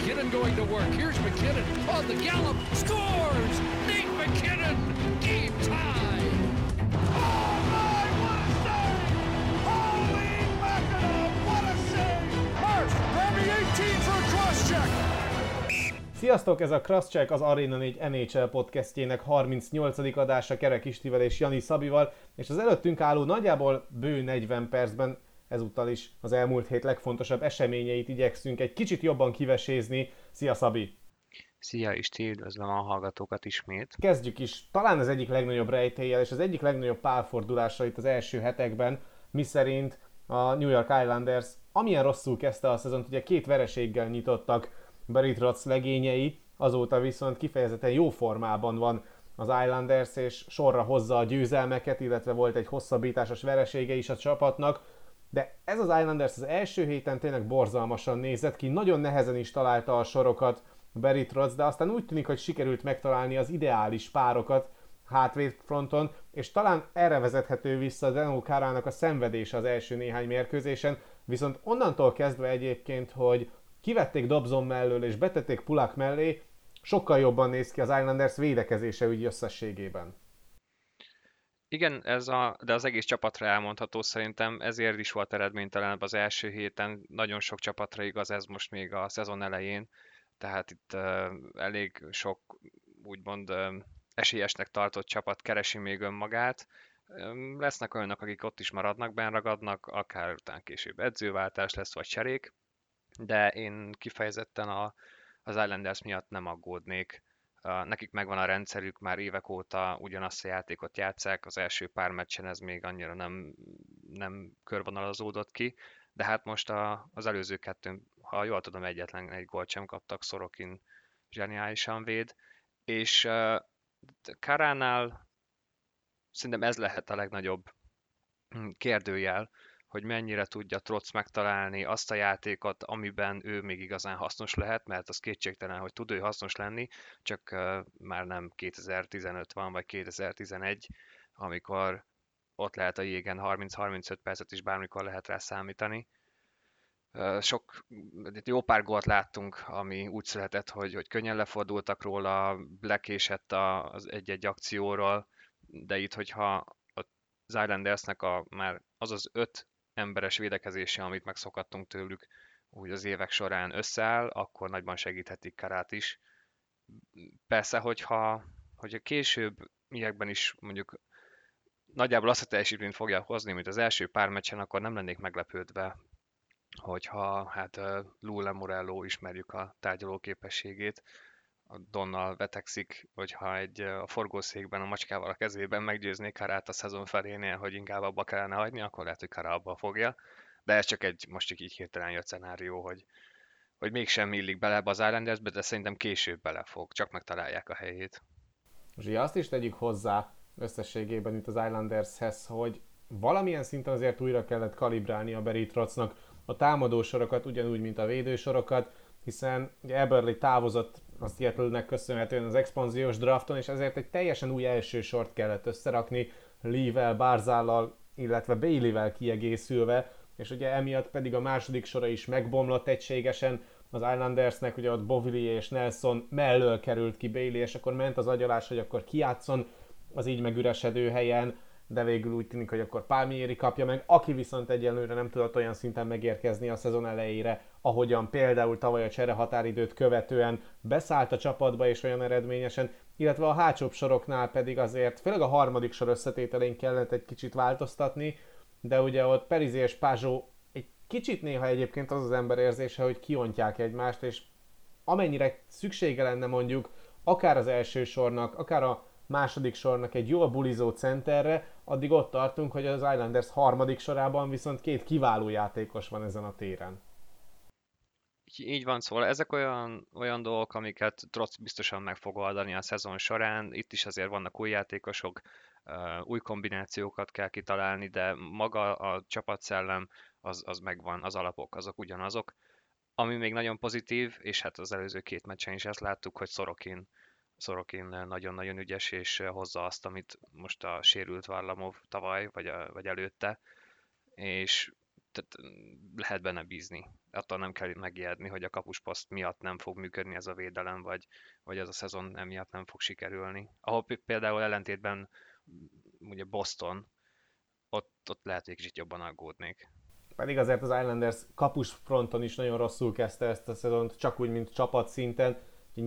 McKinnon going to work. Here's McKinnon on the gallop. Scores! Nate McKinnon! Game tie! Oh my, what a save! Holy mackerel, what a save! Murph, grab me 18 for a cross-check! Sziasztok, ez a Crosscheck, az Arena 4 NHL podcastjének 38. adása Kerek Istivel és Jani Szabival, és az előttünk álló nagyjából bő 40 percben ezúttal is az elmúlt hét legfontosabb eseményeit igyekszünk egy kicsit jobban kivesézni. Szia Szabi! Szia Isti, üdvözlöm a hallgatókat ismét. Kezdjük is talán az egyik legnagyobb rejtéllyel és az egyik legnagyobb pálfordulással itt az első hetekben, miszerint a New York Islanders amilyen rosszul kezdte a szezont, ugye 2 vereséggel nyitottak Barry Trotz legényei, azóta viszont kifejezetten jó formában van az Islanders, és sorra hozza a győzelmeket, illetve volt egy hosszabbításos veresége is a csapatnak, de ez az Islanders az első héten tényleg borzalmasan nézett ki, nagyon nehezen is találta a sorokat Barry Trotz, de aztán úgy tűnik, hogy sikerült megtalálni az ideális párokat hátvédfronton, és talán erre vezethető vissza Zdeno Charanak a szenvedése az első néhány mérkőzésen, viszont onnantól kezdve egyébként, hogy kivették Dobson mellől és betették Pulock mellé, sokkal jobban néz ki az Islanders védekezése úgy összességében. Igen, de az egész csapatra elmondható szerintem, ezért is volt eredménytelenebb az első héten, nagyon sok csapatra igaz ez most még a szezon elején, tehát itt elég sok úgymond esélyesnek tartott csapat keresi még önmagát. Lesznek olyanok, akik ott is maradnak, benragadnak, akár után később edzőváltás lesz, vagy cserék, de én kifejezetten az Islanders miatt nem aggódnék. Nekik megvan a rendszerük, már évek óta ugyanazt a játékot játsszák, az első pár meccsen ez még annyira nem körvonalazódott ki, de hát most az előző kettőn, ha jól tudom, egyetlen egy gólt sem kaptak, Sorokin zseniálisan véd, és Charánál szerintem ez lehet a legnagyobb kérdőjel, hogy mennyire tudja Trotz megtalálni azt a játékot, amiben ő még igazán hasznos lehet, mert az kétségtelen, hogy tud ő hasznos lenni, csak már nem 2015 van, vagy 2011, amikor ott lehet a jégen 30-35 percet is bármikor lehet rá számítani. Jó pár gólt láttunk, ami úgy született, hogy könnyen lefordultak róla, lekésett az egy-egy akcióról, de itt, hogyha az Islandersnek már az 5 emberes védekezése, amit megszokhattunk tőlük úgy az évek során összeáll, akkor nagyban segíthetik Charát is. Persze, hogyha később miekben is mondjuk nagyjából azt a teljesítményt fogja hozni, mint az első pár meccsen, akkor nem lennék meglepődve, hogyha hát Lou Lamoriello, ismerjük a tárgyaló képességét, a Donnal vetekszik, hogyha a forgószékben a macskával a kezében meggyőznék Charát a szezon felénél, hogy inkább abba kellene hagyni, akkor lehet, hogy Chara abba fogja. De ez csak most csak így hirtelen jött szenárió, hogy mégsem illik bele ebbe az Islandersbe, de szerintem később bele fog, csak megtalálják a helyét. És ugye azt is tegyük hozzá összességében itt az Islandershez, hogy valamilyen szinten azért újra kellett kalibrálni a Barry Trotznak a támadósorokat, ugyanúgy, mint a védősorokat, hiszen ugye Eberle távozott a Seattle-nek köszönhetően az expanziós drafton, és ezért egy teljesen új első sort kellett összerakni, Lee-vel, Barzállal, illetve Bailey-vel kiegészülve, és ugye emiatt pedig a második sora is megbomlott egységesen, az Islandersnek ugye ott Beauvillier és Nelson mellől került ki Bailey, és akkor ment az agyalás, hogy akkor kijátszon az így megüresedő helyen, de végül úgy tűnik, hogy akkor Palmieri kapja meg, aki viszont egyelőre nem tudott olyan szinten megérkezni a szezon elejére, ahogyan például tavaly a cserehatáridőt követően beszállt a csapatba és olyan eredményesen, illetve a hátsóbb soroknál pedig azért, főleg a harmadik sor összetételén kellett egy kicsit változtatni, de ugye ott Parise és Pajot egy kicsit néha egyébként az ember érzése, hogy kiontják egymást, és amennyire szüksége lenne mondjuk akár az első sornak, akár a második sornak egy jól bulizó centerre, addig ott tartunk, hogy az Islanders harmadik sorában viszont 2 kiváló játékos van ezen a téren. Így van, szóval ezek olyan dolgok, amiket Trotz biztosan meg fog oldani a szezon során. Itt is azért vannak új játékosok, új kombinációkat kell kitalálni, de maga a csapatszellem az megvan, az alapok azok ugyanazok. Ami még nagyon pozitív, és hát az előző 2 meccsen is ezt láttuk, hogy Sorokin nagyon-nagyon ügyes, és hozza azt, amit most a sérült Varlamov tavaly, vagy előtte, és tehát lehet benne bízni. Attól nem kell megijedni, hogy a kapusposzt miatt nem fog működni ez a védelem, vagy ez a szezon emiatt nem fog sikerülni. Ahol például ellentétben ugye Boston, ott lehet, hogy kicsit jobban aggódnék. Pedig azért az Islanders kapus fronton is nagyon rosszul kezdte ezt a szezont, csak úgy, mint csapatszinten.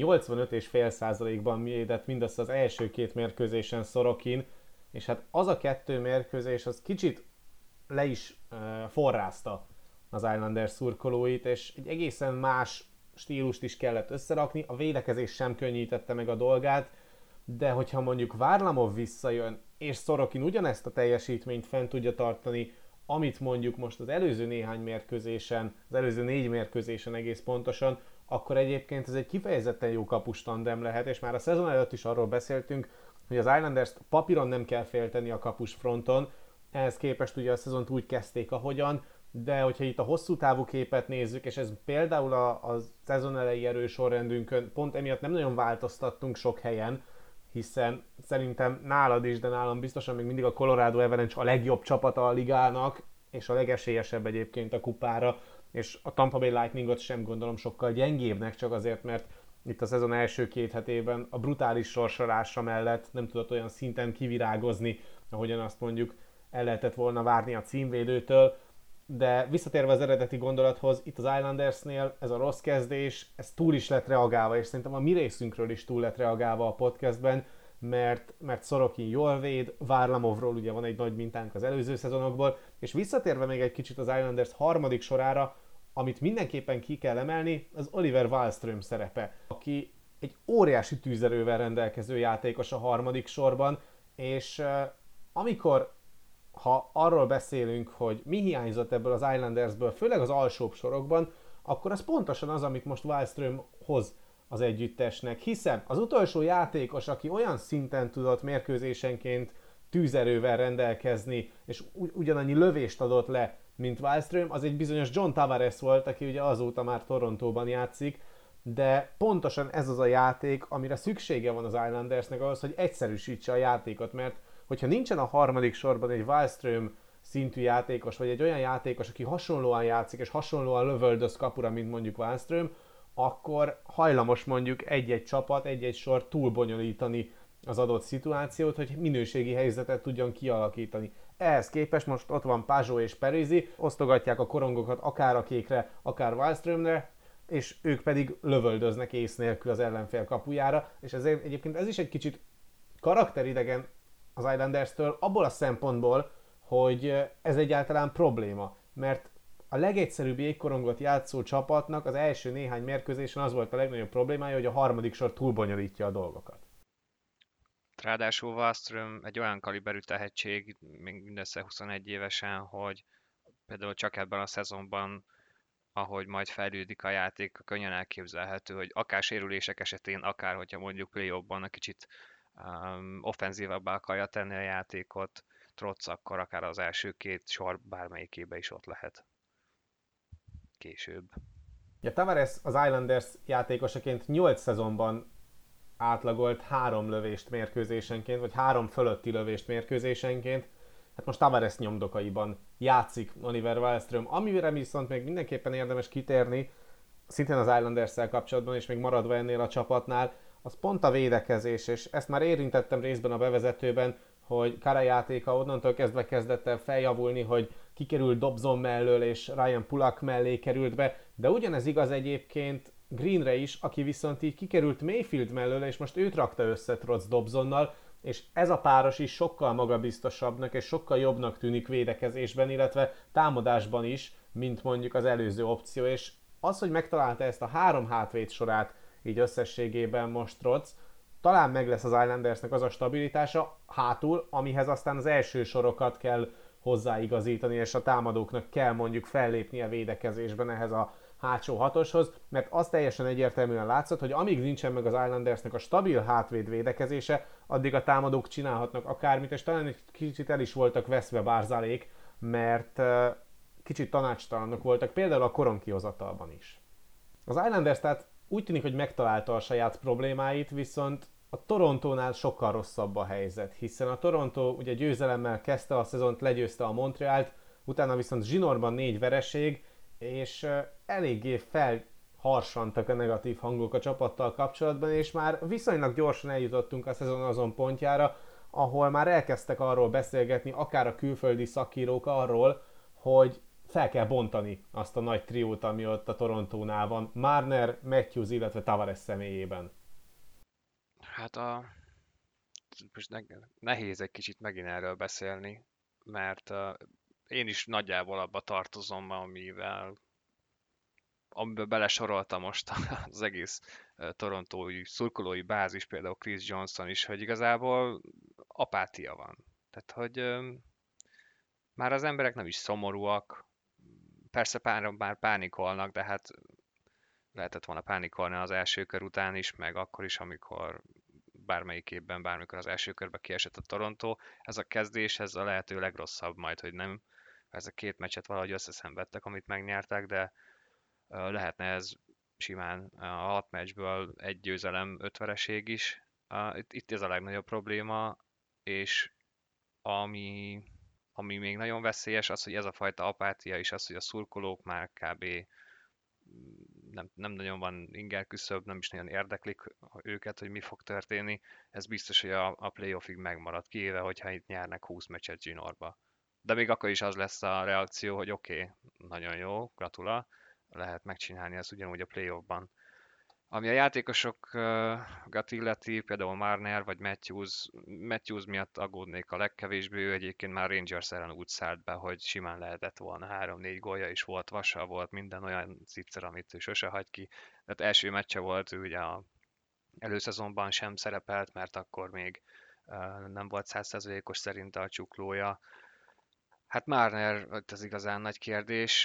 85,5%-ban védett mindössze az első 2 mérkőzésen Sorokin, és hát az a 2 mérkőzés az kicsit le is forrázta az Islanders szurkolóit, és egy egészen más stílust is kellett összerakni, a védekezés sem könnyítette meg a dolgát, de hogyha mondjuk Varlamov visszajön, és Sorokin ugyanezt a teljesítményt fent tudja tartani, amit mondjuk most az előző néhány mérkőzésen, az előző 4 mérkőzésen egész pontosan, akkor egyébként ez egy kifejezetten jó kapustandem lehet, és már a szezon előtt is arról beszéltünk, hogy az Islanders papíron nem kell félteni a kapus fronton, ehhez képest ugye a szezont úgy kezdték, ahogyan, de hogyha itt a hosszú távú képet nézzük, és ez például a szezon elejé erősorrendünkön pont emiatt nem nagyon változtattunk sok helyen, hiszen szerintem nálad is, de nálam biztosan még mindig a Colorado Avalanche a legjobb csapata a ligának, és a legesélyesebb egyébként a kupára, és a Tampa Bay Lightningot sem gondolom sokkal gyengébbnek, csak azért, mert itt a szezon első 2 hetében a brutális sorsolása mellett nem tudott olyan szinten kivirágozni, ahogyan azt mondjuk el lehetett volna várni a címvédőtől, de visszatérve az eredeti gondolathoz, itt az Islandersnél ez a rossz kezdés, ez túl is lett reagálva, és szerintem a mi részünkről is túl lett reagálva a podcastben, mert Sorokin jól véd, Varlamovról ugye van egy nagy mintánk az előző szezonokból, és visszatérve még egy kicsit az Islanders harmadik sorára, amit mindenképpen ki kell emelni, az Oliver Wahlström szerepe, aki egy óriási tűzerővel rendelkező játékos a harmadik sorban, és amikor ha arról beszélünk, hogy mi hiányzott ebből az Islandersből, főleg az alsóbb sorokban, akkor az pontosan az, amit most Wahlström hoz az együttesnek, hiszen az utolsó játékos, aki olyan szinten tudott mérkőzésenként tűzerővel rendelkezni, és ugyanannyi lövést adott le, mint Wahlström, az egy bizonyos John Tavares volt, aki ugye azóta már Torontóban játszik, de pontosan ez az a játék, amire szüksége van az Islandersnek ahhoz, hogy egyszerűsítse a játékot, mert hogyha nincsen a harmadik sorban egy Wahlström szintű játékos, vagy egy olyan játékos, aki hasonlóan játszik, és hasonlóan lövöldöz kapura, mint mondjuk Wahlström, akkor hajlamos mondjuk egy-egy csapat, egy-egy sor túlbonyolítani az adott szituációt, hogy minőségi helyzetet tudjon kialakítani. Ehhez képest most ott van Pajot és Parise, osztogatják a korongokat akár a kékre, akár Wahlströmre, és ők pedig lövöldöznek ész nélkül az ellenfél kapujára, és ezért egyébként ez is egy kicsit karakteridegen az Islanders-től abból a szempontból, hogy ez egyáltalán probléma, mert a legegyszerűbb jégkorongot játszó csapatnak az első néhány mérkőzésen az volt a legnagyobb problémája, hogy a harmadik sor túlbonyolítja a dolgokat. Ráadásul Wahlström egy olyan kaliberű tehetség, még mindössze 21 évesen, hogy például csak ebben a szezonban, ahogy majd fejlődik a játék, könnyen elképzelhető, hogy akár sérülések esetén, akár hogyha mondjuk play-offban a kicsit offenzívabbá akarja tenni a játékot, Trotz akkor akár az első 2 sor bármelyikébe is ott lehet később. Ja, Tavares az Islanders játékosaként 8 szezonban átlagolt 3 lövést mérkőzésenként, vagy 3 fölötti lövést mérkőzésenként. Hát most Tavares nyomdokaiban játszik Oliver Wahlström, amire viszont még mindenképpen érdemes kitérni, szintén az Islanders-szel kapcsolatban, és még maradva ennél a csapatnál, az pont a védekezés, és ezt már érintettem részben a bevezetőben, hogy Kara játéka onnantól kezdve kezdett el feljavulni, hogy kikerült Dobson mellől, és Ryan Pulock mellé került be, de ugyanez igaz egyébként Greenre is, aki viszont így kikerült Mayfield mellől, és most őt rakta össze Trotz Dobsonnal, és ez a páros is sokkal magabiztosabbnak és sokkal jobbnak tűnik védekezésben, illetve támadásban is, mint mondjuk az előző opció, és az, hogy megtalálta ezt a 3 hátvéd sorát így összességében most Trotz, talán meg lesz az Islandersnek az a stabilitása hátul, amihez aztán az első sorokat kell hozzáigazítani, és a támadóknak kell mondjuk fellépni a védekezésben ehhez a hátsó hatoshoz, mert az teljesen egyértelműen látszott, hogy amíg nincsen meg az Islandersnek a stabil hátvéd védekezése, addig a támadók csinálhatnak akármit, és talán egy kicsit el is voltak veszve Bárzálék, mert kicsit tanácstalanok voltak, például a koronkihozatalban is. Az Islanders tehát úgy tűnik, hogy megtalálta a saját problémáit, viszont a Torontónál sokkal rosszabb a helyzet, hiszen a Toronto ugye győzelemmel kezdte a szezont, legyőzte a Montrealt, utána viszont zsinórban 4 vereség, és eléggé felharsantak a negatív hangok a csapattal kapcsolatban, és már viszonylag gyorsan eljutottunk a szezon azon pontjára, ahol már elkezdtek arról beszélgetni, akár a külföldi szakírók arról, hogy fel kell bontani azt a nagy triót, ami ott a Torontónál van, Marner, Matthews, illetve Tavares személyében. Hát most nehéz egy kicsit megint erről beszélni, mert én is nagyjából abba tartozom, amiben belesorolta most az egész torontói szurkolói bázis, például Chris Johnson is, hogy igazából apátia van. Tehát, hogy már az emberek nem is szomorúak, persze már pánikolnak, de hát lehetett volna pánikolni az első kör után is, meg akkor is, amikor bármelyik évben, bármikor az első körbe kiesett a Toronto. Ez a kezdés, ez a lehető legrosszabb majd, hogy nem. Ez a 2 meccset valahogy összeszenvedtek, amit megnyertek, de lehetne ez simán a 6 meccsből 1 győzelem, 5 vereség is. Itt ez a legnagyobb probléma, és ami még nagyon veszélyes, az, hogy ez a fajta apátia és az, hogy a szurkolók már kb. Nem nagyon van inger küszöb, nem is nagyon érdeklik őket, hogy mi fog történni. Ez biztos, hogy a playoffig megmarad, kivéve, hogyha itt nyernek 20 meccset zsinórba. De még akkor is az lesz a reakció, hogy oké, nagyon jó, gratula, lehet megcsinálni ezt ugyanúgy a playoffban. Ami a játékosokat illeti, például Marner vagy Matthews miatt aggódnék a legkevésbé, ő egyébként már Rangers ellen úgy szállt be, hogy simán lehetett volna 3-4 gólja, és volt vasa, volt minden olyan zicser, amit ő sose hagy ki. Tehát első meccse volt, ő ugye a előszezonban sem szerepelt, mert akkor még nem volt 100%-os szerint a csuklója. Hát Marner, ez igazán nagy kérdés.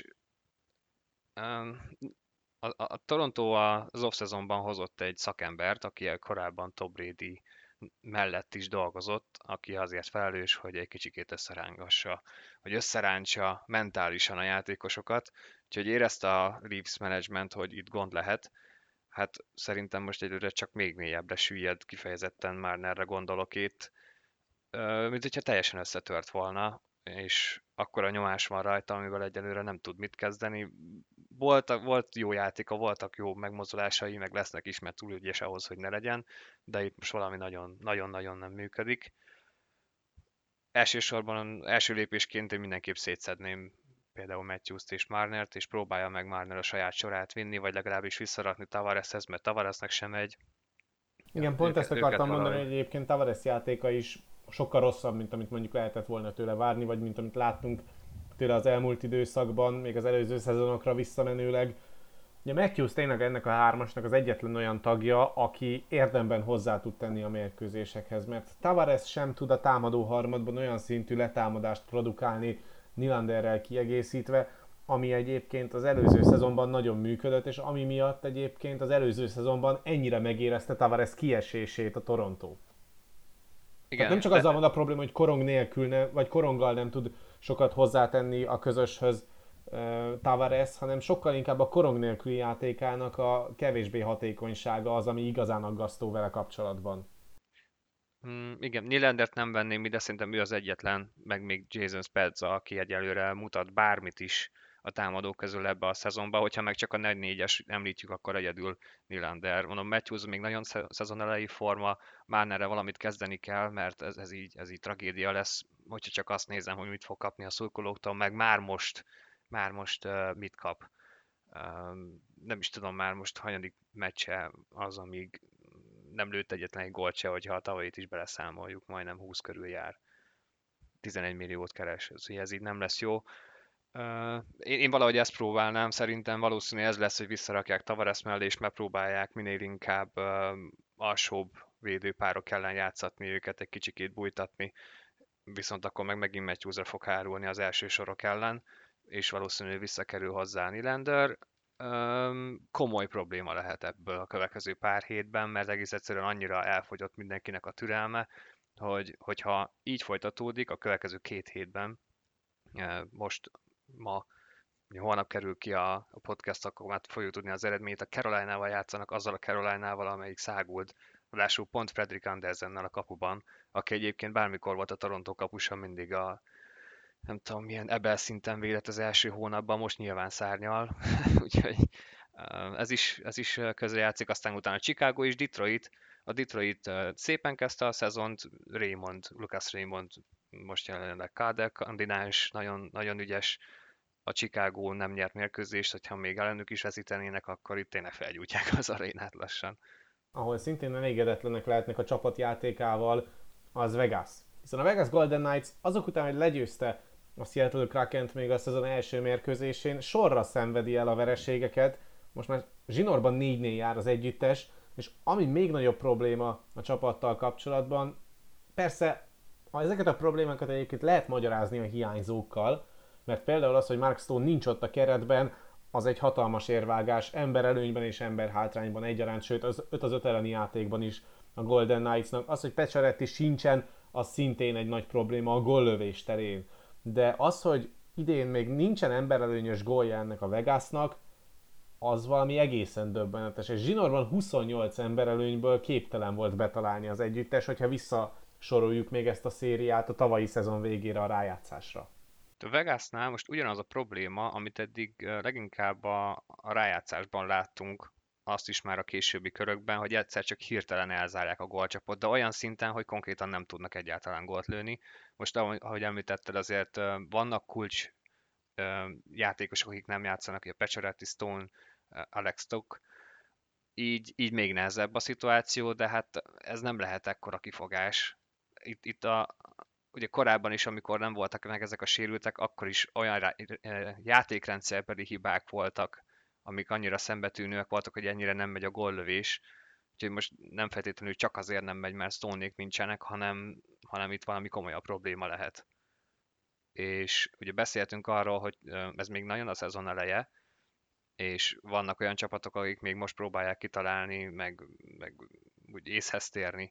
A Toronto az off-szezonban hozott egy szakembert, aki korábban Tom Brady mellett is dolgozott, aki azért felelős, hogy egy kicsikét összerángassa, hogy összerántsa mentálisan a játékosokat. Úgyhogy érezte a Leafs management, hogy itt gond lehet. Hát szerintem most egyre csak még mélyebbre süllyed, kifejezetten már erre gondolok itt, mint hogyha teljesen összetört volna, és akkor a nyomás van rajta, amivel egyelőre nem tud mit kezdeni. Volt jó játéka, voltak jó megmozdulásai, meg lesznek is, mert túl ügyes ahhoz, hogy ne legyen, de itt most valami nagyon-nagyon nem működik. Elsősorban első lépésként én mindenképp szétszedném például Matthews-t és Marnert, és próbálja meg Marner a saját sorát vinni, vagy legalábbis visszarakni Tavareshez, mert Tavaresnek sem megy. Igen, pont ezt akartam mondani, hogy egyébként Tavares játéka is sokkal rosszabb, mint amit mondjuk lehetett volna tőle várni, vagy mint amit láttunk tőle az elmúlt időszakban, még az előző szezonokra visszamenőleg. Ugye Matthews tényleg ennek a hármasnak az egyetlen olyan tagja, aki érdemben hozzá tud tenni a mérkőzésekhez, mert Tavares sem tud a támadó harmadban olyan szintű letámadást produkálni Nylanderrel kiegészítve, ami egyébként az előző szezonban nagyon működött, és ami miatt egyébként az előző szezonban ennyire megérezte Tavares kiesését a Toronto. Igen, nem csak azzal van a probléma, hogy korong nélkül vagy koronggal nem tud sokat hozzátenni a közöshöz Tavares, hanem sokkal inkább a korong nélküli játékának a kevésbé hatékonysága az, ami igazán aggasztó vele kapcsolatban. Igen, Nylandert nem venném ide, szerintem ő az egyetlen, meg még Jason Spezza, aki egyelőre mutat bármit is a támadók közül ebbe a szezonba, hogyha meg csak a 4-4-es említjük, akkor egyedül Nylander. Mondom, Matthews még nagyon szezon elejé forma, Marnerre valamit kezdeni kell, mert ez így tragédia lesz, hogyha csak azt nézem, hogy mit fog kapni a szurkolóktól, meg már most mit kap. Nem is tudom már most hanyadik meccse az, amíg nem lőtt egyetlen egy gólt se, hogyha a tavalyit is beleszámoljuk, majdnem 20 körül jár. 11 milliót keres, ez így nem lesz jó. Én valahogy ezt próbálnám, szerintem valószínű ez lesz, hogy visszarakják Tavares mellé, és megpróbálják minél inkább alsóbb védőpárok ellen játszatni őket, egy kicsikét bújtatni, viszont akkor megint Matthewsra fog hárulni az első sorok ellen, és valószínűleg visszakerül hozzá Nylander. Komoly probléma lehet ebből a következő pár hétben, mert egész egyszerűen annyira elfogyott mindenkinek a türelme, hogyha így folytatódik a következő 2 hétben, holnap kerül ki a podcast, akkor már fogjuk tudni az eredményt. A Caroline-nával játszanak, azzal a Caroline-nával, amelyik szágult, lássuk pont Fredrik Andersennel a kapuban, aki egyébként bármikor volt a Toronto kapusa, mindig nem tudom, milyen Ebel szinten védett az első hónapban, most nyilván szárnyal, úgyhogy ez is közrejátszik, aztán utána Chicago és Detroit. A Detroit szépen kezdte a szezont, Lucas Raymond most jelenleg káderkandidáns, nagyon, nagyon ügyes. A Chicago nem nyert mérkőzést, hogyha még ellenük is veszítenének, akkor itt tényleg felgyújtják az arénát lassan. Ahol szintén elégedetlenek lehetnek a csapatjátékával, az Vegas. Hiszen a Vegas Golden Knights azok után, hogy legyőzte a Seattle Krakent még a szezon első mérkőzésén, sorra szenvedi el a vereségeket. Most már zsinórban 4-4 jár az együttes, és ami még nagyobb probléma a csapattal kapcsolatban, persze ezeket a problémákat egyébként lehet magyarázni a hiányzókkal, mert például az, hogy Mark Stone nincs ott a keretben, az egy hatalmas érvágás, emberelőnyben és emberhátrányban egyaránt, sőt az 5-5 elleni játékban is a Golden Knights-nak. Az, hogy Pacioretty sincsen, az szintén egy nagy probléma a góllövés terén. De az, hogy idén még nincsen emberelőnyös gólja ennek a Vegasnak, az valami egészen döbbenetes. És zsinórban 28 emberelőnyből képtelen volt betalálni az együttes, hogyha visszasoroljuk még ezt a szériát a tavalyi szezon végére a rájátszásra. A Vegasnál most ugyanaz a probléma, amit eddig leginkább a rájátszásban láttunk, azt is már a későbbi körökben, hogy egyszer csak hirtelen elzárják a gólcsapot, de olyan szinten, hogy konkrétan nem tudnak egyáltalán gólt lőni. Most, ahogy említetted, azért vannak kulcs játékosok, akik nem játszanak, a Pacioretty, Stone, Alex Tuch, így még nehezebb a szituáció, de hát ez nem lehet ekkora kifogás. Itt ugye korábban is, amikor nem voltak meg ezek a sérültek, akkor is olyan játékrendszerbeli hibák voltak, amik annyira szembetűnőek voltak, hogy ennyire nem megy a góllövés. Úgyhogy most nem feltétlenül csak azért nem megy, mert Stone-nék nincsenek, hanem itt valami komolyabb probléma lehet. És ugye beszéltünk arról, hogy ez még nagyon a szezon eleje, és vannak olyan csapatok, akik még most próbálják kitalálni, meg úgy észhez térni.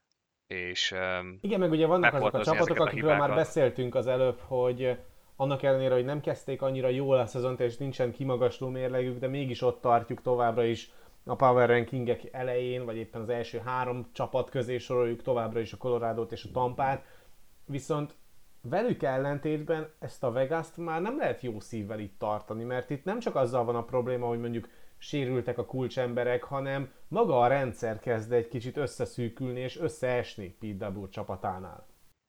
És igen, meg ugye vannak azok a csapatok, akikről már beszéltünk az előbb, hogy annak ellenére, hogy nem kezdték annyira jól a szezont, és nincsen kimagasló mérlegük, de mégis ott tartjuk továbbra is a Power Rankingek elején, vagy éppen az első 3 csapat közé soroljuk továbbra is a Colorado-t és a Tampát. Viszont velük ellentétben ezt a Vegas-t már nem lehet jó szívvel itt tartani, mert itt nem csak azzal van a probléma, hogy mondjuk sérültek a kulcsemberek, hanem maga a rendszer kezd egy kicsit összeszűkülni és összeesni Pete DeBoer csapatánál.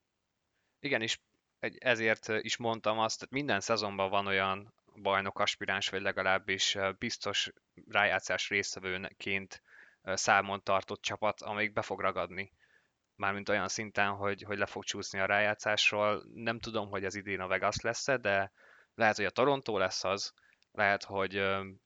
Igen, és ezért is mondtam azt, hogy minden szezonban van olyan bajnok aspiráns, vagy legalábbis biztos rájátszás résztvevőként számon tartott csapat, amelyik be fog ragadni. Mármint olyan szinten, hogy le fog csúszni a rájátszásról. Nem tudom, hogy ez idén a Vegas lesz-e, de lehet, hogy a Toronto lesz az, lehet, hogy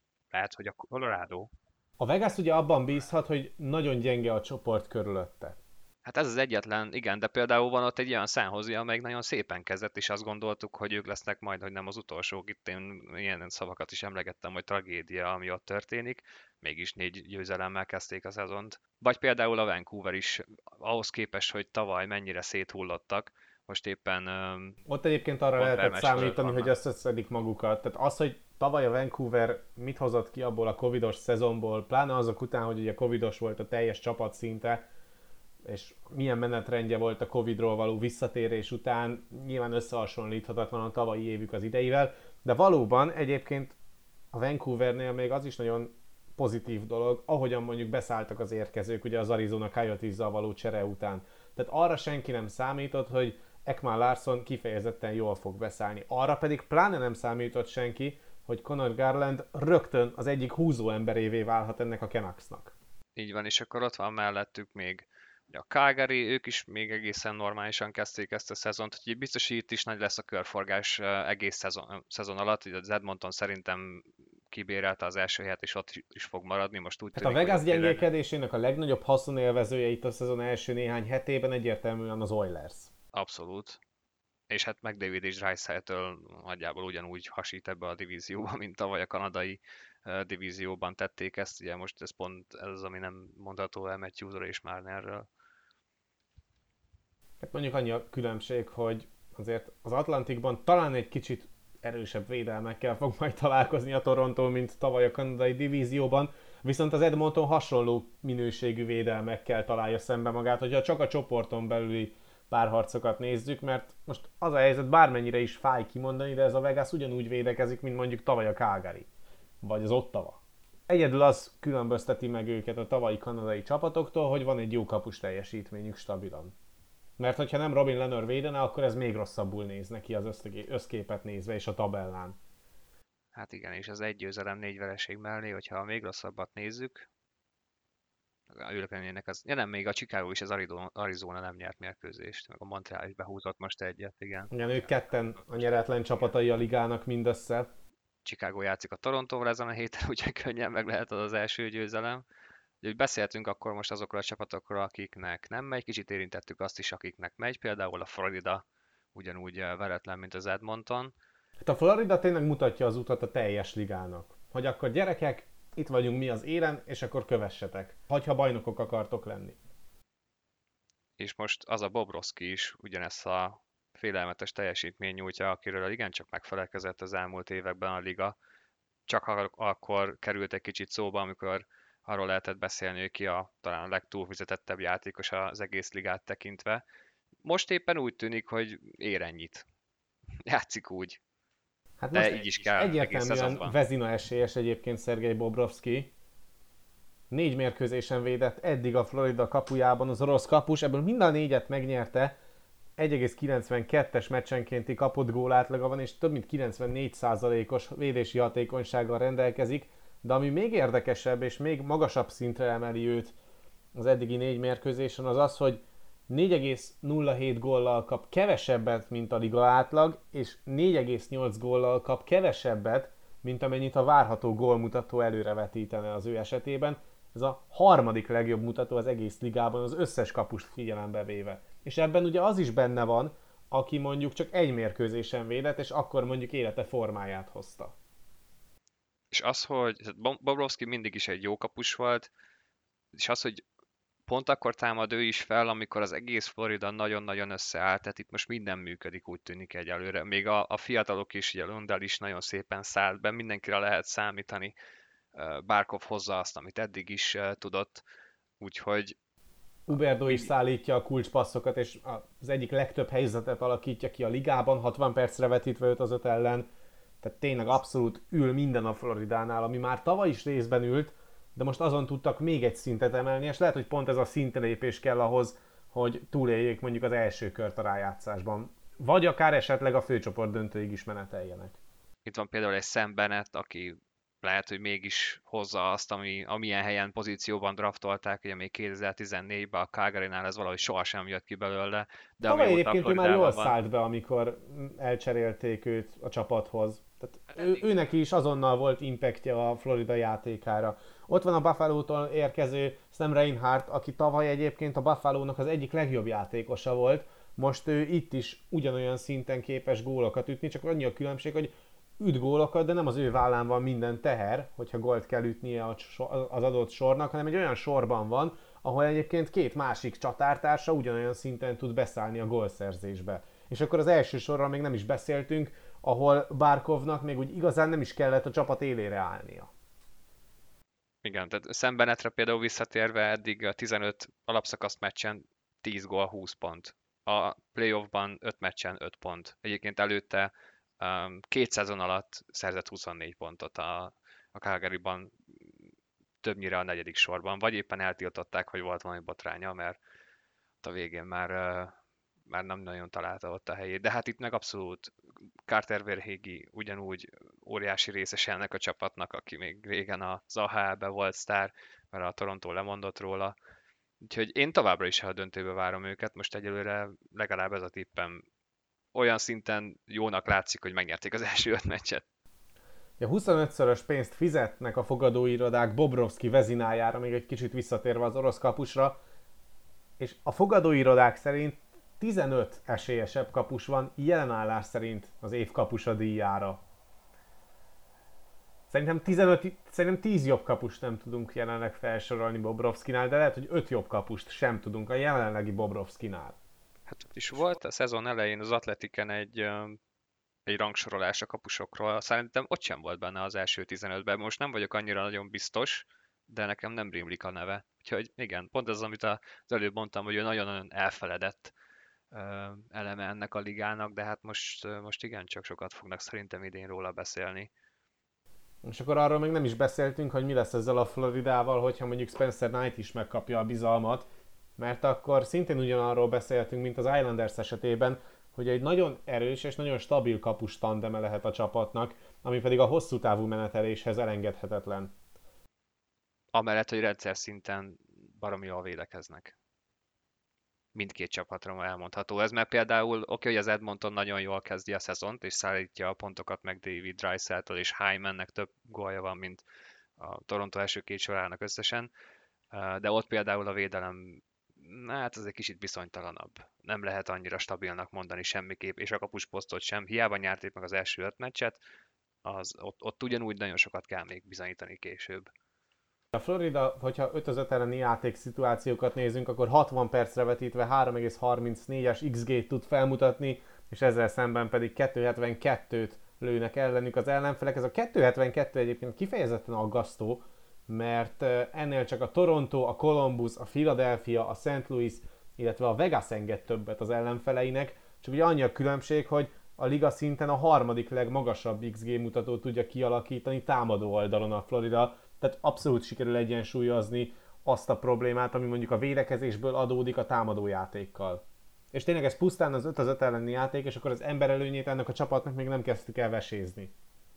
a Colorado. A Vegas ugye abban bízhat, hogy nagyon gyenge a csoport körülötte. Hát ez az egyetlen, igen, de például van ott egy olyan San Jose, amelyik nagyon szépen kezdett, és azt gondoltuk, hogy ők lesznek majd, hogy nem az utolsók. Itt én ilyen szavakat is emlegettem, hogy tragédia, ami ott történik. Mégis 4 győzelemmel kezdték a szezont. Vagy például a Vancouver is, ahhoz képest, hogy tavaly mennyire széthullottak, most éppen... Ott egyébként arra lehetett számítani, hogy összeszedik magukat. Tehát az, hogy tavaly a Vancouver mit hozott ki abból a covidos szezonból, pláne azok után, hogy ugye covidos volt a teljes csapat szinte, és milyen menetrendje volt a Covidról való visszatérés után, nyilván összehasonlíthatatlan a tavalyi évük az ideivel, de valóban egyébként a Vancouvernél még az is nagyon pozitív dolog, ahogyan mondjuk beszálltak az érkezők ugye az Arizona Coyotes-zal való csere után. Tehát arra senki nem számított, hogy Ekman Larsson kifejezetten jól fog beszállni. Arra pedig pláne nem számított senki, hogy Conor Garland rögtön az egyik húzó emberévé válhat ennek a Canucksnak. Így van, és akkor ott van mellettük még a Calgary, ők is még egészen normálisan kezdték ezt a szezont, úgyhogy biztos itt is nagy lesz a körforgás egész szezon alatt, ugye az Edmonton szerintem kibérelte az első helyet, és ott is fog maradni. Most úgy tűnik, a Vegas gyengélkedésének a legnagyobb haszonélvezője itt a szezon első néhány hetében egyértelműen az Oilers. Abszolút. És hát McDavid és Draisaitl nagyjából ugyanúgy hasít ebbe a divízióba, mint tavaly a kanadai divízióban tették ezt. Ugye most ez pont ez, ami nem mondható el Matthewsról és Marnerről. Hát mondjuk annyi a különbség, hogy azért az Atlantikban talán egy kicsit erősebb védelmekkel fog majd találkozni a Toronto, mint tavaly a kanadai divízióban, viszont az Edmonton hasonló minőségű védelmekkel találja szembe magát, hogyha csak a csoporton belüli párharcokat nézzük, mert most az a helyzet, bármennyire is fáj kimondani, de ez a Vegas ugyanúgy védekezik, mint mondjuk tavaly a Calgary, vagy az Ottawa. Egyedül az különbözteti meg őket a tavalyi kanadai csapatoktól, hogy van egy jó kapus teljesítményük stabilan. Mert hogyha nem Robin Lehner védene, akkor ez még rosszabbul néz neki az összképet nézve és a tabellán. Hát igen, és az 1 győzelem 4 vereség mellé, hogyha még rosszabbat nézzük, ők lennének az... Ja nem, még a Chicago is az Arizona nem nyert mérkőzést, meg a Montreal is behúzott most egyet, igen. Igen, ők ketten a nyeretlen csapatai a ligának mindössze. Chicago játszik a Torontóval ezen a héten, úgyhogy könnyen meg lehet az első győzelem. Úgyhogy beszéltünk akkor most azokról a csapatokról, akiknek nem megy, kicsit érintettük azt is, akiknek megy, például a Florida ugyanúgy veretlen, mint az Edmonton. Hát a Florida tényleg mutatja az utat a teljes ligának. Hogy akkor gyerekek, itt vagyunk mi az élen, és akkor kövessetek, ha bajnokok akartok lenni. És most az a Bobrovsky is ugyanezt a félelmetes teljesítmény nyújtja, akiről igencsak megfelelkezett az elmúlt években a liga. Csak akkor került egy kicsit szóba, amikor arról lehetett beszélni, hogy ki talán a legtúlfizetettebb játékos az egész ligát tekintve. Most éppen úgy tűnik, hogy ér ennyit. Játszik úgy. Hát de most így is kell egész egyértelműen szezonban. vezina esélyes egyébként Szergej Bobrovsky. 4 mérkőzésen védett eddig a Florida kapujában az orosz kapus, ebből mind a 4-et megnyerte, 1,92-es meccsenkénti kapott gólátlaga van, és több mint 94%-os védési hatékonysággal rendelkezik, de ami még érdekesebb és még magasabb szintre emeli őt az eddigi 4 mérkőzésen, az az, hogy 4,07 góllal kap kevesebbet, mint a liga átlag, és 4,8 góllal kap kevesebbet, mint amennyit a várható gólmutató előrevetítene az ő esetében. Ez a harmadik legjobb mutató az egész ligában, az összes kapust figyelembe véve. És ebben ugye az is benne van, aki mondjuk csak egy mérkőzésen védett, és akkor mondjuk élete formáját hozta. És az, hogy Bobrovsky mindig is egy jó kapus volt, és az, hogy pont akkor támad ő is fel, amikor az egész Florida nagyon-nagyon összeállt, tehát itt most minden működik, úgy tűnik egyelőre. Még a fiatalok is, ugye Lundell is nagyon szépen szállt be, mindenkire lehet számítani. Barkov hozza azt, amit eddig is tudott, úgyhogy... Huberdeau is szállítja a kulcspasszokat, és az egyik legtöbb helyzetet alakítja ki a ligában, 60 percre vetítve őt az 5 ellen. Tehát tényleg abszolút ül minden a Floridánál, ami már tavaly is részben ült, de most azon tudtak még egy szintet emelni, és lehet, hogy pont ez a szintlépés kell ahhoz, hogy túléljék mondjuk az első kört a rájátszásban. Vagy akár esetleg a főcsoport döntőig is meneteljenek. Itt van például egy Sam Bennett, aki lehet, hogy mégis hozza azt, amilyen helyen, pozícióban draftolták, ugye még 2014-ben a Calgary-nál ez valahogy sohasem jött ki belőle. De tavaly egyébként ő már jól van... szállt be, amikor elcserélték őt a csapathoz. Tehát őneki is azonnal volt impactja a Florida játékára. Ott van a Buffalo-tól érkező Sam Reinhart, aki tavaly egyébként a Buffalo-nak az egyik legjobb játékosa volt. Most ő itt is ugyanolyan szinten képes gólokat ütni, csak annyi a különbség, hogy üt gólokat, de nem az ő vállán van minden teher, hogyha gólt kell ütnie az adott sornak, hanem egy olyan sorban van, ahol egyébként két másik csatártársa ugyanolyan szinten tud beszállni a gólszerzésbe. És akkor az első sorral még nem is beszéltünk, ahol Barkovnak még úgy igazán nem is kellett a csapat élére állnia. Igen, tehát Sam Bennettre például visszatérve eddig a 15 alapszakasz meccsen 10 gól, 20 pont. A playoffban 5 meccsen 5 pont. Egyébként előtte 2 szezon alatt szerzett 24 pontot a Calgaryban, többnyire a 4. sorban, vagy éppen eltiltották, hogy volt valami botránya, mert a végén már nem nagyon találta ott a helyét. De hát itt meg abszolút Carter Verhaeghe ugyanúgy óriási részes ennek a csapatnak, aki még régen az AHL-be volt sztár, mert a Toronto lemondott róla. Úgyhogy én továbbra is a döntőbe várom őket, most egyelőre legalább ez a tippem olyan szinten jónak látszik, hogy megnyerték az első 5 meccset. Ja, 25-szörös pénzt fizetnek a fogadóirodák Bobrovsky vezinájára, még egy kicsit visszatérve az orosz kapusra, és a fogadóirodák szerint 15 esélyesebb kapus van jelen állás szerint az év kapusa díjára. Szerintem 10 jobb kapust nem tudunk jelenleg felsorolni Bobrovskynál, de lehet, hogy 5 jobb kapust sem tudunk a jelenlegi Bobrovskynál. Hát ott is volt a szezon elején az Atletiken egy rangsorolás a kapusokról. Szerintem ott sem volt benne az első 15-ben. Most nem vagyok annyira nagyon biztos, de nekem nem rémlik a neve. Úgyhogy igen, pont ez, amit az előbb mondtam, hogy ő nagyon-nagyon elfeledett eleme ennek a ligának, de hát most igencsak sokat fognak szerintem idén róla beszélni. És akkor arról még nem is beszéltünk, hogy mi lesz ezzel a Floridával, hogyha mondjuk Spencer Knight is megkapja a bizalmat, mert akkor szintén ugyanarról beszéltünk, mint az Islanders esetében, hogy egy nagyon erős és nagyon stabil kapus tandeme lehet a csapatnak, ami pedig a hosszú távú meneteléshez elengedhetetlen. Amellett, hogy rendszer szinten baromi jól védekeznek. Mindkét csapatra elmondható ez, mert például oké, hogy az Edmonton nagyon jól kezdi a szezont, és szállítja a pontokat meg David Draisaitl és Hymannek több gólja van, mint a Toronto első két sorának összesen, de ott például a védelem, hát ez egy kicsit bizonytalanabb. Nem lehet annyira stabilnak mondani semmiképp, és a kapusposztot sem. Hiába nyerték meg az első 5 meccset, ott ugyanúgy nagyon sokat kell még bizonyítani később. A Florida, hogyha 5-5 elleni játék szituációkat nézünk, akkor 60 percre vetítve 3,34-es XG-t tud felmutatni, és ezzel szemben pedig 2,72-t lőnek ellenük az ellenfelek. Ez a 2,72 egyébként kifejezetten aggasztó, mert ennél csak a Toronto, a Columbus, a Philadelphia, a St. Louis, illetve a Vegas enged többet az ellenfeleinek, csak ugye annyi a különbség, hogy a liga szinten a harmadik legmagasabb XG mutatót tudja kialakítani támadó oldalon a Florida, tehát abszolút sikerül egyensúlyozni azt a problémát, ami mondjuk a védekezésből adódik a támadójátékkal. És tényleg ez pusztán az 5-5 elleni játék, és akkor az emberelőnyét ennek a csapatnak még nem kezdtük el vesézni.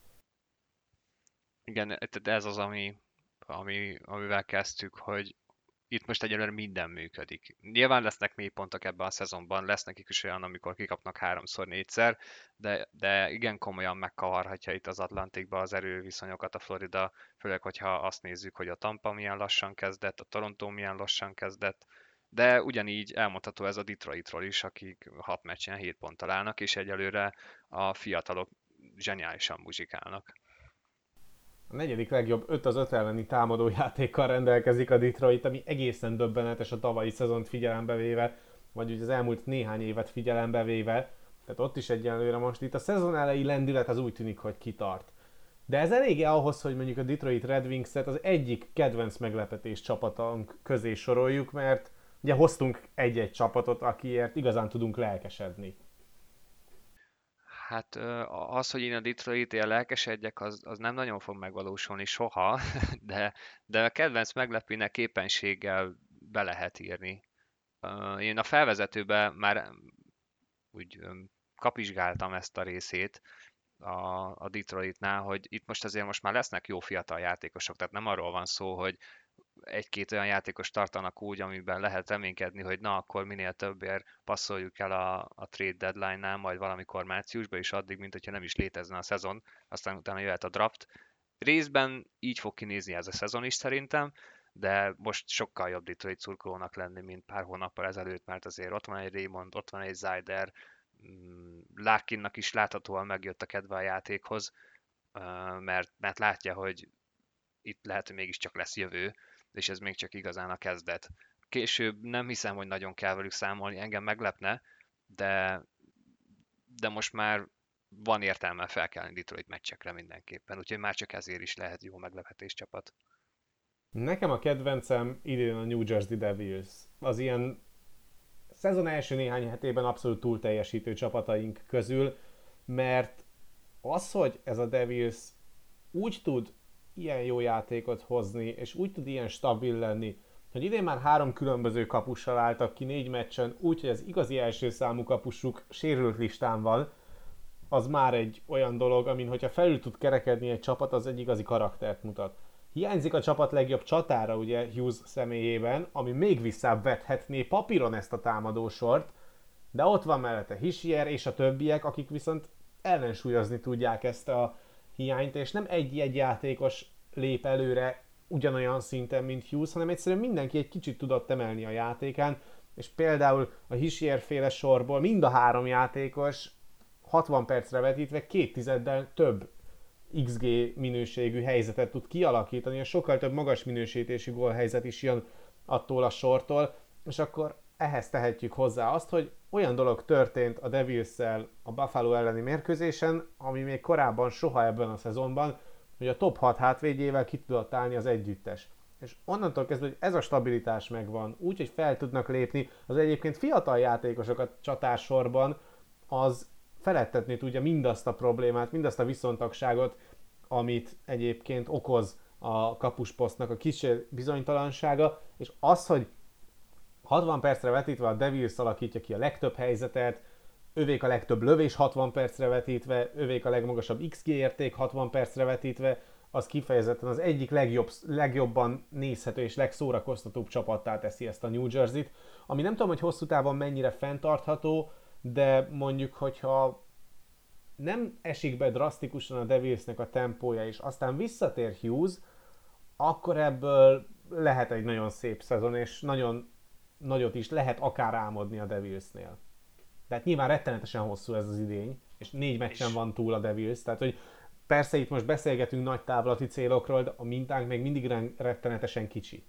Igen, tehát ez az, amivel kezdtük, hogy itt most egyelőre minden működik. Nyilván lesznek mélypontok ebben a szezonban, lesz nekik is olyan, amikor kikapnak 3-4-szer, de igen komolyan megkavarhatja itt az Atlantikba az erőviszonyokat a Florida, főleg, hogyha azt nézzük, hogy a Tampa milyen lassan kezdett, a Toronto milyen lassan kezdett, de ugyanígy elmondható ez a Detroitról is, akik 6 meccsen 7 ponttal állnak, és egyelőre a fiatalok zseniálisan muzsikálnak. A negyedik legjobb 5-5 elleni támadójátékkal rendelkezik a Detroit, ami egészen döbbenetes a tavalyi szezont figyelembe véve, vagy ugye az elmúlt néhány évet figyelembe véve. Tehát ott is egyenlőre most itt a szezon elejé lendület az úgy tűnik, hogy kitart. De ez eléggé ahhoz, hogy mondjuk a Detroit Red Wings-et az egyik kedvenc meglepetés csapatunk közé soroljuk, mert ugye hoztunk egy-egy csapatot, akiért igazán tudunk lelkesedni. Hát az, hogy én a Detroitért lelkesedjek, az nem nagyon fog megvalósulni soha, de a kedvenc meglepőnek képességgel be lehet írni. Én a felvezetőben már úgy kapizsgáltam ezt a részét a Detroitnál, hogy itt most már lesznek jó fiatal játékosok, tehát nem arról van szó, hogy egy-két olyan játékos tartanak úgy, amiben lehet reménykedni, hogy na, akkor minél többért passzoljuk el a trade deadline-nál, majd valamikor márciusban, és addig, mint hogyha nem is létezne a szezon, aztán utána jöhet a draft. Részben így fog kinézni ez a szezon is szerintem, de most sokkal jobb Detroit szurkolónak lenni, mint pár hónappal ezelőtt, mert azért ott van egy Raymond, ott van egy Zeider, Larkinnak is láthatóan megjött a kedve a játékhoz, mert látja, hogy itt lehet, hogy mégiscsak lesz jövő, és ez még csak igazán a kezdet. Később nem hiszem, hogy nagyon kell velük számolni, engem meglepne, de most már van értelme felkelni Detroit meccsekre mindenképpen, úgyhogy már csak ezért is lehet jó meglepetés csapat. Nekem a kedvencem idén a New Jersey Devils. Az ilyen szezon első néhány hetében abszolút túl teljesítő csapataink közül, mert az, hogy ez a Devils úgy tud ilyen jó játékot hozni, és úgy tud ilyen stabil lenni, hogy idén már 3 különböző kapussal álltak ki 4 meccsen, úgyhogy az igazi első számú kapusuk sérült listán van, az már egy olyan dolog, amin hogyha felül tud kerekedni egy csapat, az egy igazi karaktert mutat. Hiányzik a csapat legjobb csatára, ugye Hughes személyében, ami még visszább vethetné papíron ezt a támadósort, de ott van mellette Hischier és a többiek, akik viszont ellensúlyozni tudják ezt a hiányt, és nem egy játékos lép előre ugyanolyan szinten, mint Hughes, hanem egyszerűen mindenki egy kicsit tudott emelni a játékán, és például a Hischier féle sorból mind a 3 játékos 60 percre vetítve 2 több XG minőségű helyzetet tud kialakítani, és sokkal több magas minősítésű gólhelyzet is jön attól a sortól, és akkor ehhez tehetjük hozzá azt, hogy olyan dolog történt a Devils-szel a Buffalo elleni mérkőzésen, ami még korábban soha ebben a szezonban, hogy a top 6 hátvédjével ki tudott állni az együttes. és onnantól kezdve, hogy ez a stabilitás megvan, úgy, hogy fel tudnak lépni, az egyébként fiatal játékosokat csatársorban, az feledtetni tudja mindazt a problémát, mindazt a viszontagságot, amit egyébként okoz a kapusposztnak a kis bizonytalansága, és az, hogy 60 percre vetítve a Devils alakítja ki a legtöbb helyzetet, övék a legtöbb lövés 60 percre vetítve, övék a legmagasabb XG érték 60 percre vetítve, az kifejezetten az egyik legjobban nézhető és legszórakoztatóbb csapattá teszi ezt a New Jersey-t, ami nem tudom, hogy hosszú távon mennyire fenntartható, de mondjuk, hogyha nem esik be drasztikusan a Devilsnek a tempója, és aztán visszatér Hughes, akkor ebből lehet egy nagyon szép szezon, és nagyon nagyot is lehet akár álmodni a Devilsnél. Tehát nyilván rettenetesen hosszú ez az idény, és 4 meccsen van túl a Devils, tehát hogy persze itt most beszélgetünk nagy távlati célokról, de a mintánk még mindig rettenetesen kicsi.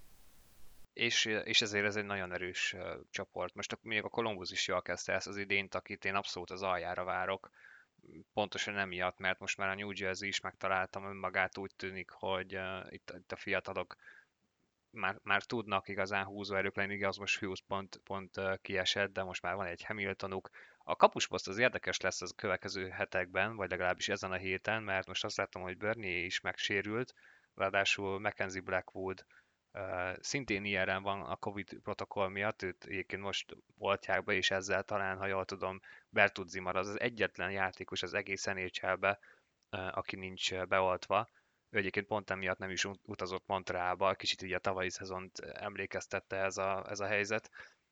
És ezért ez egy nagyon erős csoport. Most még a Columbus is jól kezdte ezt az idényt, akit én abszolút az aljára várok. Pontosan emiatt, mert most már a New Jersey is megtaláltam önmagát, úgy tűnik, hogy itt a fiatalok már tudnak igazán húzóerők lenni, igaz, most Hughes pont kiesett, de most már van egy Hamiltonuk. A kapusposzt az érdekes lesz az következő hetekben, vagy legalábbis ezen a héten, mert most azt látom, hogy Bernier is megsérült, ráadásul Mackenzie Blackwood szintén ilyenren van a Covid protokoll miatt, őt egyébként most oltják be, és ezzel talán, ha jól tudom, Bertuzzi marad az egyetlen játékos az egész NHL-be, aki nincs beoltva. Ő egyébként pont emiatt nem is utazott Montrealba, kicsit így a tavalyi szezont emlékeztette ez a helyzet.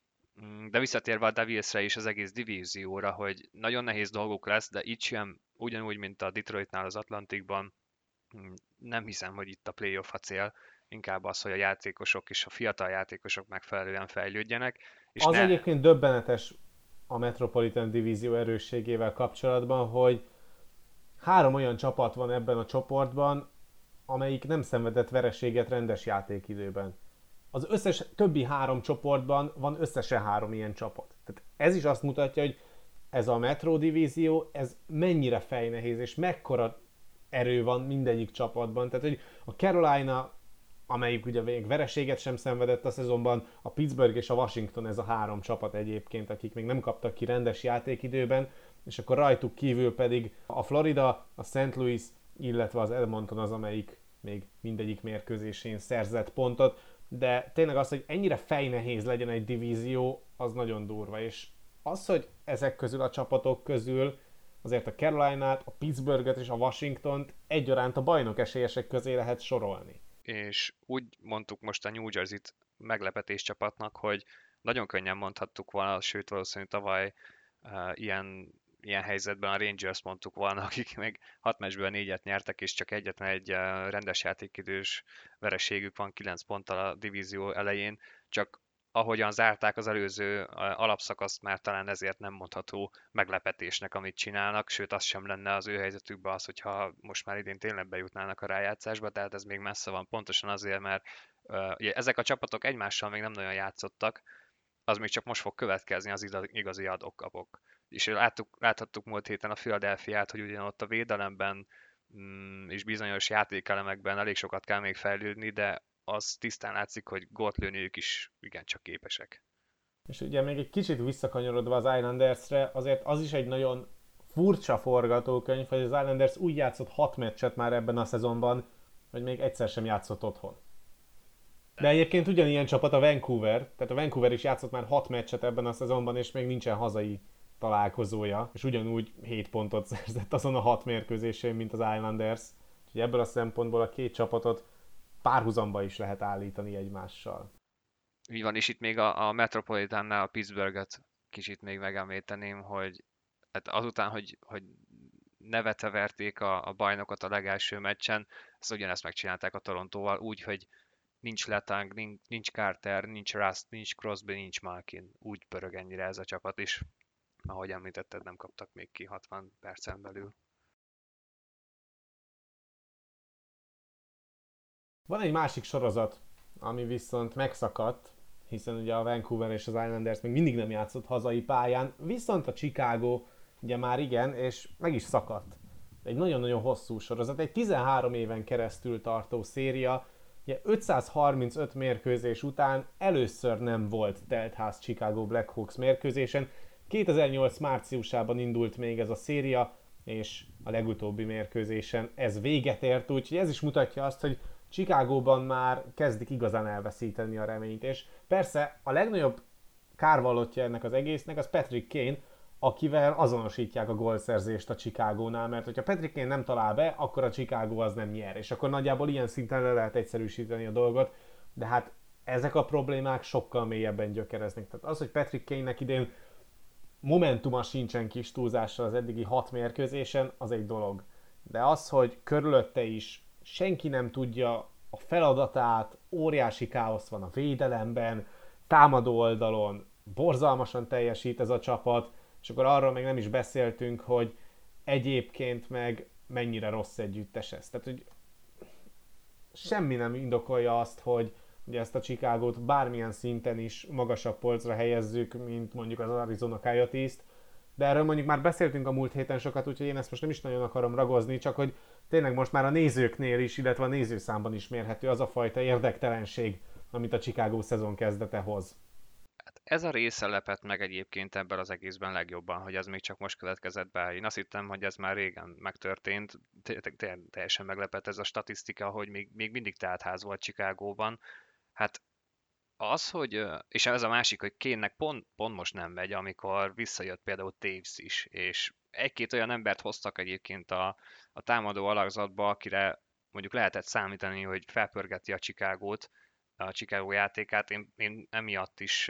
De visszatérve a Devilsre és az egész divízióra, hogy nagyon nehéz dolguk lesz, de itt sem ugyanúgy, mint a Detroitnál az Atlantikban, nem hiszem, hogy itt a playoff a cél, inkább az, hogy a játékosok és a fiatal játékosok megfelelően fejlődjenek. És az egyébként döbbenetes a Metropolitan divízió erősségével kapcsolatban, hogy 3 olyan csapat van ebben a csoportban, amelyik nem szenvedett vereséget rendes játékidőben. Az összes többi 3 csoportban van összesen 3 ilyen csapat. Tehát ez is azt mutatja, hogy ez a Metro divízió, ez mennyire fejnehéz, és mekkora erő van mindegyik csapatban. Tehát, hogy a Carolina, amelyik ugye még vereséget sem szenvedett a szezonban, a Pittsburgh és a Washington, ez a 3 csapat egyébként, akik még nem kaptak ki rendes játékidőben, és akkor rajtuk kívül pedig a Florida, a St. Louis, illetve az Edmonton az, amelyik még mindegyik mérkőzésén szerzett pontot, de tényleg az, hogy ennyire fejnehéz legyen egy divízió, az nagyon durva, és az, hogy ezek közül a csapatok közül azért a Carolinát, a Pittsburghet és a Washingtont egyaránt a bajnok esélyesek közé lehet sorolni. És úgy mondtuk most a New Jersey-t meglepetés csapatnak, hogy nagyon könnyen mondhattuk volna, sőt valószínűleg tavaly ilyen helyzetben a Rangers mondtuk volna, akik meg 6 meccsből 4-et nyertek, és csak egyetlen egy rendes játékidős vereségük van 9 ponttal a divízió elején, csak ahogyan zárták az előző alapszakaszt, már talán ezért nem mondható meglepetésnek, amit csinálnak, sőt az sem lenne az ő helyzetükben az, hogyha most már idén tényleg bejutnának a rájátszásba, tehát ez még messze van, pontosan azért, mert ugye ezek a csapatok egymással még nem nagyon játszottak, az még csak most fog következni az igazi adok-kapok. És láthattuk múlt héten a Philadelphiát, hogy ugyanott a védelemben és bizonyos játékelemekben elég sokat kell még fejlődni, de az tisztán látszik, hogy gólt lőni ők is igencsak képesek. És ugye még egy kicsit visszakanyarodva az Islandersre, azért az is egy nagyon furcsa forgatókönyv, hogy az Islanders úgy játszott 6 meccset már ebben a szezonban, hogy még egyszer sem játszott otthon. De egyébként ugyanilyen csapat a Vancouver, tehát a Vancouver is játszott már 6 meccset ebben a szezonban, és még nincsen hazai találkozója, és ugyanúgy 7 pontot szerzett azon a 6 mérkőzésén, mint az Islanders. Úgyhogy ebből a szempontból a 2 csapatot párhuzamba is lehet állítani egymással. Így van, és itt még a Metropolitannál a Pittsburghet kicsit még megemlíteném, hogy hát azután, hogy nevete verték a bajnokot a legelső meccsen, ezt ugyanezt megcsinálták a Torontóval, úgy, hogy nincs Letang, nincs Carter, nincs Rust, nincs Crosby, nincs Malkin. Úgy pörög ennyire ez a csapat is. Ahogy említetted, nem kaptak még ki 60 percen belül. Van egy másik sorozat, ami viszont megszakadt, hiszen ugye a Vancouver és az Islanders még mindig nem játszott hazai pályán, viszont a Chicago ugye már igen, és meg is szakadt. Egy nagyon-nagyon hosszú sorozat, egy 13 éven keresztül tartó széria, Ugye 535 mérkőzés után először nem volt teltház Chicago Blackhawks mérkőzésen. 2008 márciusában indult még ez a széria, és a legutóbbi mérkőzésen ez véget ért, úgyhogy ez is mutatja azt, hogy Chicagóban már kezdik igazán elveszíteni a reményt, és persze a legnagyobb kárvallottja ennek az egésznek az Patrick Kane, akivel azonosítják a gólszerzést a Chicagónál, mert hogyha Patrick Kane nem talál be, akkor a Chicago az nem nyer, és akkor nagyjából ilyen szinten le lehet egyszerűsíteni a dolgot, de hát ezek a problémák sokkal mélyebben gyökereznek. Tehát az, hogy Patrick Kane-nek idén momentuma sincsen kis túlzással az eddigi 6 mérkőzésen, az egy dolog. De az, hogy körülötte is senki nem tudja a feladatát, óriási káosz van a védelemben, támadó oldalon, borzalmasan teljesít ez a csapat, és akkor arról még nem is beszéltünk, hogy egyébként meg mennyire rossz együttes ez. Tehát, hogy semmi nem indokolja azt, hogy ugye ezt a Chicagót bármilyen szinten is magasabb polcra helyezzük, mint mondjuk az Arizona Coyotes-t, de erről mondjuk már beszéltünk a múlt héten sokat, úgyhogy én ezt most nem is nagyon akarom ragozni, csak hogy tényleg most már a nézőknél is, illetve a nézőszámban is mérhető az a fajta érdektelenség, amit a Chicago szezon kezdete hoz. Ez a része lepett meg egyébként ebben az egészben legjobban, hogy ez még csak most következett be. Én azt hittem, hogy ez már régen megtörtént, teljesen meglepett ez a statisztika, hogy még mindig teltház volt Chicagóban. Hát az, hogy, és ez a másik, hogy Kane-nek pont most nem megy, amikor visszajött például Taves is, és egy-két olyan embert hoztak egyébként a támadó alakzatba, akire mondjuk lehetett számítani, hogy felpörgeti a Chicagót, a Chicago játékát. Én emiatt is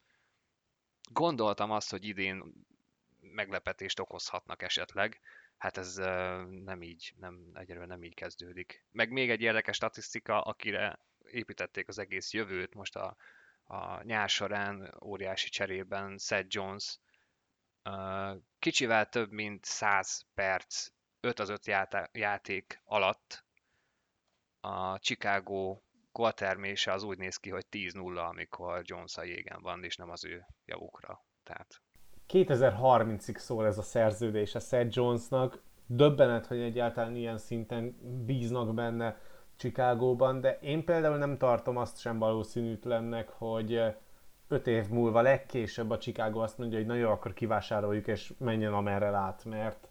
gondoltam azt, hogy idén meglepetést okozhatnak esetleg. Hát ez egyelőre nem így kezdődik. Meg még egy érdekes statisztika, akire építették az egész jövőt most a nyár során óriási cserében Seth Jones kicsivel több mint 100 perc 5-5 játék alatt a Chicago góltermése az úgy néz ki, hogy 10-0, amikor Jones a jégen van, és nem az ő javukra. Tehát 2030-ig szól ez a szerződés a Seth Jonesnak. Döbbenet, hogy egyáltalán ilyen szinten bíznak benne Chicagóban, de én például nem tartom azt sem valószínűtlennek, hogy 5 év múlva legkésőbb a Chicago azt mondja, hogy na jó, akkor kivásároljuk és menjen amerre lát,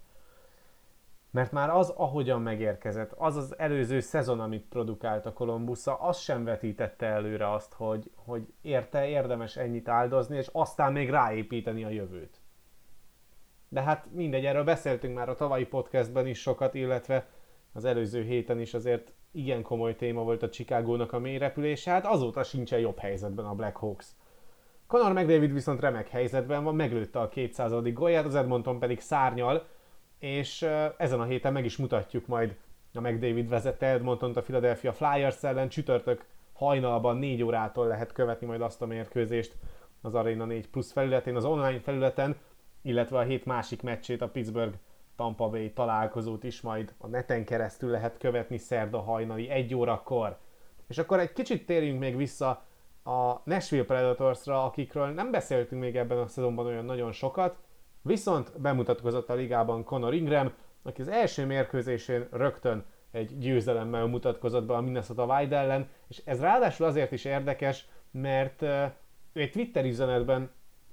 mert már az, ahogyan megérkezett, az az előző szezon, amit produkált a Columbus-a, az sem vetítette előre azt, hogy érdemes ennyit áldozni, és aztán még ráépíteni a jövőt. De hát mindegy, erről beszéltünk már a tavalyi podcastben is sokat, illetve az előző héten is azért igen komoly téma volt a Chicagónak a mélyrepülése, hát azóta sincsen jobb helyzetben a Blackhawks. Connor McDavid viszont remek helyzetben van, meglőtte a 200. gólját, az Edmonton pedig szárnyal, és ezen a héten meg is mutatjuk majd a McDavid vezette Edmontont a Philadelphia Flyers ellen. Csütörtök hajnalban 4 órától lehet követni majd azt a mérkőzést az Arena 4 Plus felületén, az online felületen, illetve a hét másik meccsét, a Pittsburgh Tampa Bay találkozót is majd a neten keresztül lehet követni szerda hajnali 1 órakor. És akkor egy kicsit térjünk még vissza a Nashville Predatorsra, akikről nem beszéltünk még ebben a szezonban olyan nagyon sokat, viszont bemutatkozott a ligában Connor Ingram, aki az első mérkőzésén rögtön egy győzelemmel mutatkozott be a Minnesota Wild ellen, és ez ráadásul azért is érdekes, mert ő egy Twitter üzenetben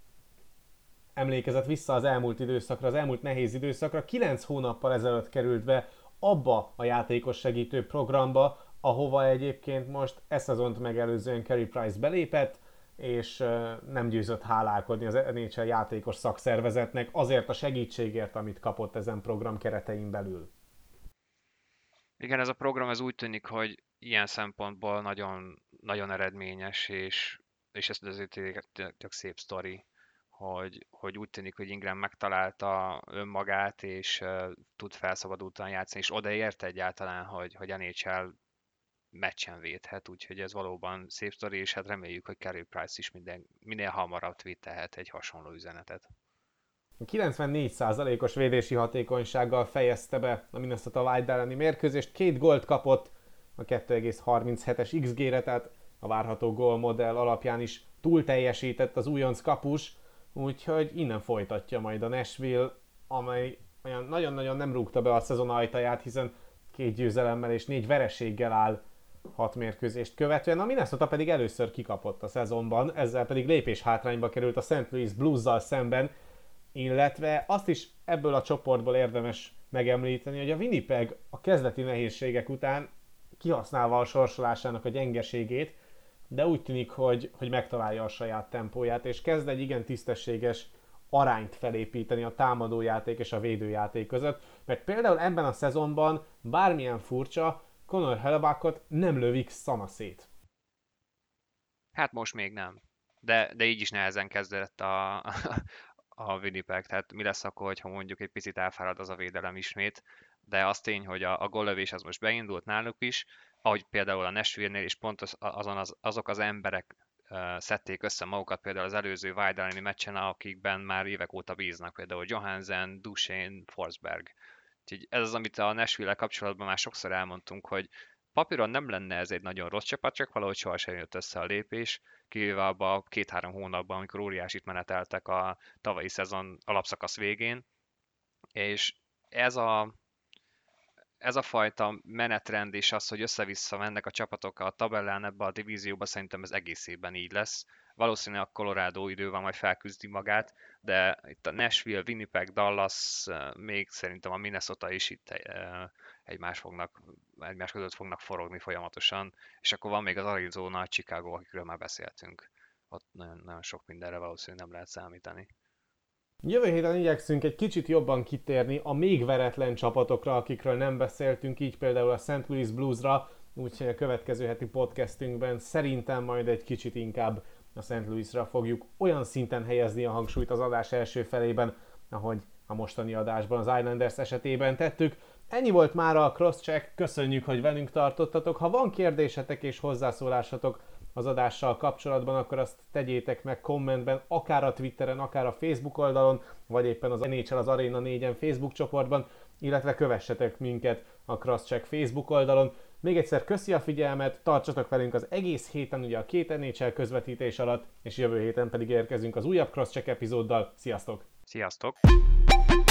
emlékezett vissza az elmúlt időszakra, az elmúlt nehéz időszakra. 9 hónappal ezelőtt került be abba a játékos segítő programba, ahova egyébként most szezont megelőzően Carey Price belépett, és nem győzött hálálkodni az NHL játékos szakszervezetnek azért a segítségért, amit kapott ezen program keretein belül. igen, ez a program ez úgy tűnik, hogy ilyen szempontból nagyon, nagyon eredményes, és ez azért tök szép sztori, hogy úgy tűnik, hogy Ingram megtalálta önmagát, és tud felszabadultan játszani, és odaért egyáltalán, hogy NHL meccsen védhet, úgyhogy ez valóban szép sztori, és hát reméljük, hogy Carey Price is minél hamarabb twittelhet egy hasonló üzenetet. 94%-os védési hatékonysággal fejezte be a Minnesota Wild elleni mérkőzést, 2 gólt kapott a 2,37-es XG-re, tehát a várható gólmodell alapján is túl teljesített az újonc kapus, úgyhogy innen folytatja majd a Nashville, amely olyan nagyon-nagyon nem rúgta be a szezon ajtaját, hiszen 2 győzelemmel és 4 vereséggel áll 6 mérkőzést követően. A Minnesota pedig először kikapott a szezonban, ezzel pedig lépés hátrányba került a St. Louis Blues-zal szemben, illetve azt is ebből a csoportból érdemes megemlíteni, hogy a Winnipeg a kezdeti nehézségek után kihasználva a sorsolásának a gyengeségét, de úgy tűnik, hogy megtalálja a saját tempóját, és kezd egy igen tisztességes arányt felépíteni a támadójáték és a védőjáték között, mert például ebben a szezonban bármilyen furcsa, Connor Hellebuyckot nem lövik szanaszét. Hát most még nem. De így is nehezen kezdett a Winnipeg, tehát mi lesz akkor, hogyha mondjuk egy picit elfárad az a védelem ismét, de az tény, hogy a góllövés az most beindult náluk is, ahogy például a Nashville-nél, és pont azok az emberek szedték össze magukat például az előző Wild elleni meccsen, akikben már évek óta bíznak, például Johansen, Duchesne, Forsberg. Úgyhogy ez az, amit a Nashville-el kapcsolatban már sokszor elmondtunk, hogy papíron nem lenne ez egy nagyon rossz csapat, csak valahogy sohasem jött össze a lépés, kivéve abban a 2-3 hónapban, amikor óriásit meneteltek a tavalyi szezon alapszakasz végén, és ez a fajta menetrend és az, hogy össze-vissza mennek a csapatok a tabellán ebbe a divízióba, szerintem ez egész évben így lesz. Valószínűleg a Colorado idővel majd felküzdi magát, de itt a Nashville, Winnipeg, Dallas, még szerintem a Minnesota is itt egymás között fognak forogni folyamatosan, és akkor van még az Arizona, a Chicago, akikről már beszéltünk. Ott nagyon, nagyon sok mindenre valószínűleg nem lehet számítani. Jövő héten igyekszünk egy kicsit jobban kitérni a még veretlen csapatokra, akikről nem beszéltünk, így például a St. Louis Bluesra, úgyhogy a következő heti podcastünkben szerintem majd egy kicsit inkább a St. Louisra fogjuk olyan szinten helyezni a hangsúlyt az adás első felében, ahogy a mostani adásban az Islanders esetében tettük. Ennyi volt már a Crosscheck, köszönjük, hogy velünk tartottatok. Ha van kérdésetek és hozzászólásatok az adással kapcsolatban, akkor azt tegyétek meg kommentben, akár a Twitteren, akár a Facebook oldalon, vagy éppen az NHL az Arena 4-en Facebook csoportban, illetve kövessetek minket a Crosscheck Facebook oldalon. Még egyszer köszi a figyelmet, tartsatok velünk az egész héten ugye a 2 NHL közvetítés alatt, és jövő héten pedig érkezünk az újabb Crosscheck epizóddal. Sziasztok! Sziasztok!